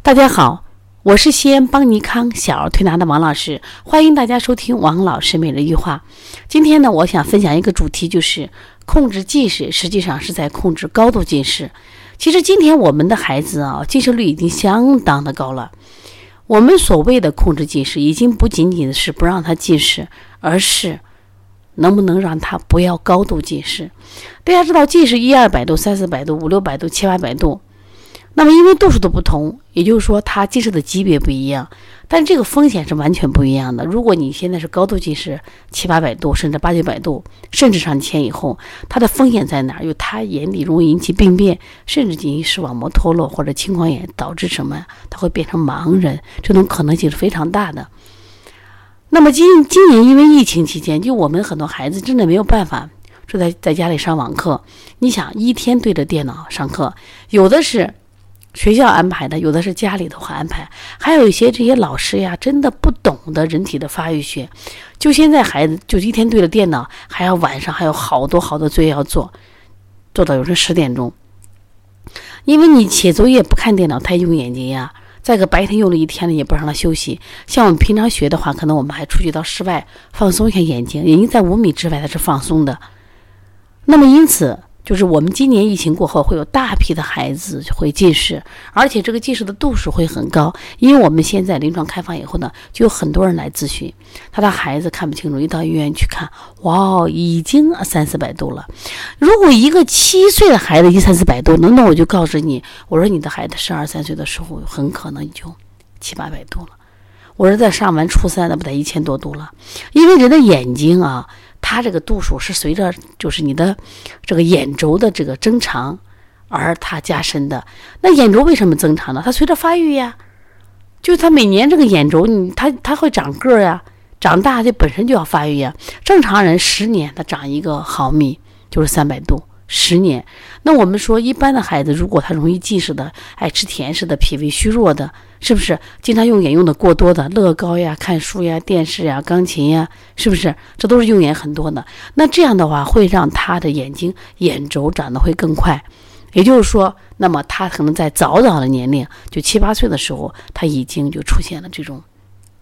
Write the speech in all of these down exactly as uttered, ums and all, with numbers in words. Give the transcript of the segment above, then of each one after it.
大家好，我是西安邦尼康小儿推拿的王老师，欢迎大家收听王老师每日一话。今天呢，我想分享一个主题，就是控制近视，实际上是在控制高度近视。其实今天我们的孩子啊，近视率已经相当的高了。我们所谓的控制近视，已经不仅仅是不让他近视，而是能不能让他不要高度近视。大家知道，近视一二百度、三四百度、五六百度、七八百度。那么因为度数的不同，也就是说它近视的级别不一样，但这个风险是完全不一样的。如果你现在是高度近视七八百度，甚至八九百度，甚至上千以后，它的风险在哪儿？有它眼底容易引起病变，甚至进行视网膜脱落或者青光眼，导致什么？它会变成盲人，这种可能性是非常大的。那么今今年因为疫情期间，就我们很多孩子真的没有办法就在在家里上网课。你想一天对着电脑上课，有的是学校安排的，有的是家里头会安排，还有一些这些老师呀，真的不懂得人体的发育学。就现在孩子就一天对着电脑，还要晚上还有好多好多作业要做，做到有时十点钟。因为你写作业不看电脑，太用眼睛呀。再个白天用了一天了，也不让他休息。像我们平常学的话，可能我们还出去到室外放松一下眼睛，眼睛在五米之外它是放松的。那么因此就是我们今年疫情过后，会有大批的孩子会近视，而且这个近视的度数会很高。因为我们现在临床开放以后呢，就有很多人来咨询，他的孩子看不清楚，一到医院去看，哇，已经三四百度了。如果一个七岁的孩子一三四百度，那我就告诉你，我说你的孩子十二三岁的时候，很可能就七八百度了。我说在上完初三的不得一千多度了。因为人的眼睛啊，它这个度数是随着就是你的这个眼轴的这个增长而它加深的。那眼轴为什么增长呢？它随着发育呀，就是它每年这个眼轴你它它会长个呀，长大它本身就要发育呀。正常人十年它长一个毫米就是三百度，十年。那我们说一般的孩子，如果他容易近视的，爱吃甜食的，脾胃虚弱的，是不是经常用眼用的过多的，乐高呀、看书呀、电视呀、钢琴呀，是不是这都是用眼很多的？那这样的话会让他的眼睛眼轴长得会更快。也就是说，那么他可能在早早的年龄，就七八岁的时候，他已经就出现了这种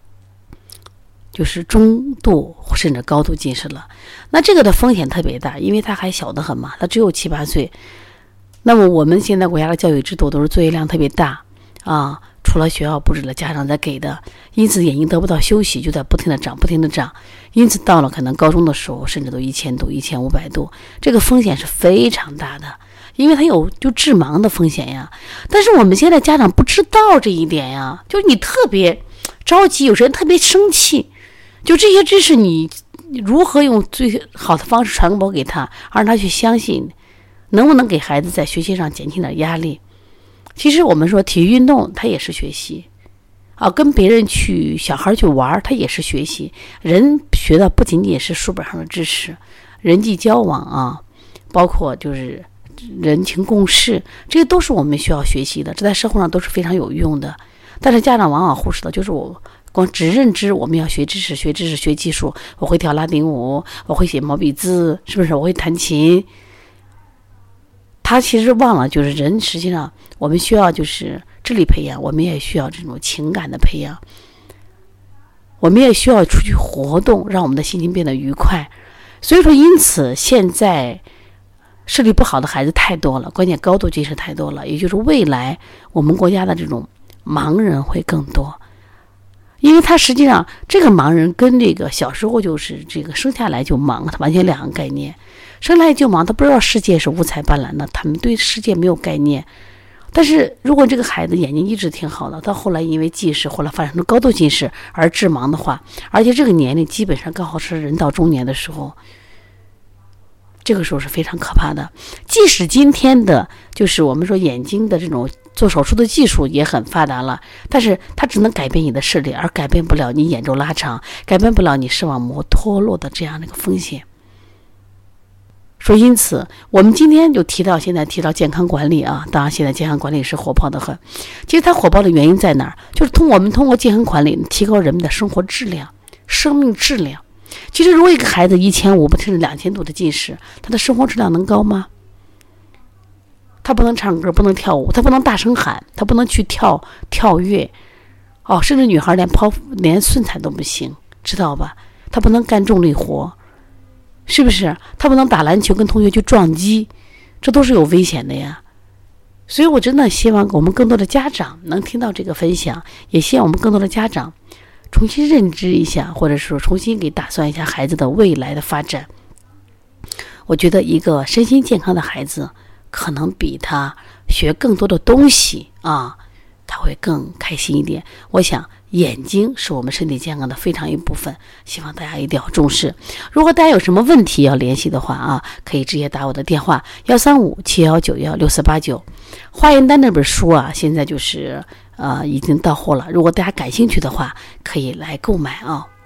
就是中度甚至高度近视了。那这个的风险特别大，因为他还小得很嘛，他只有七八岁。那么我们现在国家的教育制度都是作业量特别大啊，除了学校布置了，家长在给的，因此眼睛得不到休息，就在不停的长不停的长。因此到了可能高中的时候，甚至都一千度一千五百度，这个风险是非常大的，因为它有就致盲的风险呀。但是我们现在家长不知道这一点呀，就是你特别着急，有时候特别生气，就这些知识你如何用最好的方式传播给他，让他去相信，能不能给孩子在学习上减轻点压力？其实我们说体育运动它也是学习啊，跟别人去小孩去玩它也是学习。人学的不仅仅是书本上的知识，人际交往啊，包括就是人情共事，这些都是我们需要学习的，这在社会上都是非常有用的。但是家长往往忽视的就是我光只认知我们要学知识学知识学技术，我会跳拉丁舞，我会写毛笔字，是不是我会弹琴。他其实忘了，就是人实际上我们需要就是智力培养，我们也需要这种情感的培养，我们也需要出去活动，让我们的心情变得愉快。所以说因此现在视力不好的孩子太多了，关键高度近视太多了，也就是未来我们国家的这种盲人会更多。因为他实际上这个盲人跟这个小时候就是这个生下来就盲，他完全两个概念。生来就盲，他不知道世界是五彩斑斓的，他们对世界没有概念。但是如果这个孩子眼睛一直挺好的，到后来因为近视后来发展成高度近视而致盲的话，而且这个年龄基本上刚好是人到中年的时候，这个时候是非常可怕的。即使今天的就是我们说眼睛的这种做手术的技术也很发达了，但是它只能改变你的视力，而改变不了你眼轴拉长，改变不了你视网膜脱落的这样的一个风险。说因此我们今天就提到现在提到健康管理啊，当然现在健康管理是火爆的很。其实它火爆的原因在哪儿？就是通我们通过健康管理提高人们的生活质量、生命质量。其实如果一个孩子一千五甚至两千度的近视，他的生活质量能高吗？ 他不能唱歌，不能跳舞，他不能大声喊，他不能去跳跳跃，哦，甚至女孩连抛连顺产都不行，知道吧？他不能干重力活，是不是？他不能打篮球跟同学去撞击，这都是有危险的呀。所以我真的希望我们更多的家长能听到这个分享，也希望我们更多的家长重新认知一下，或者说重新给打算一下孩子的未来的发展。我觉得一个身心健康的孩子，可能比他学更多的东西啊，他会更开心一点。我想眼睛是我们身体健康的非常一部分，希望大家一定要重视。如果大家有什么问题要联系的话啊，可以直接打我的电话幺三五七幺九幺六四八九。化验单那本书啊，现在就是呃已经到货了，如果大家感兴趣的话，可以来购买啊。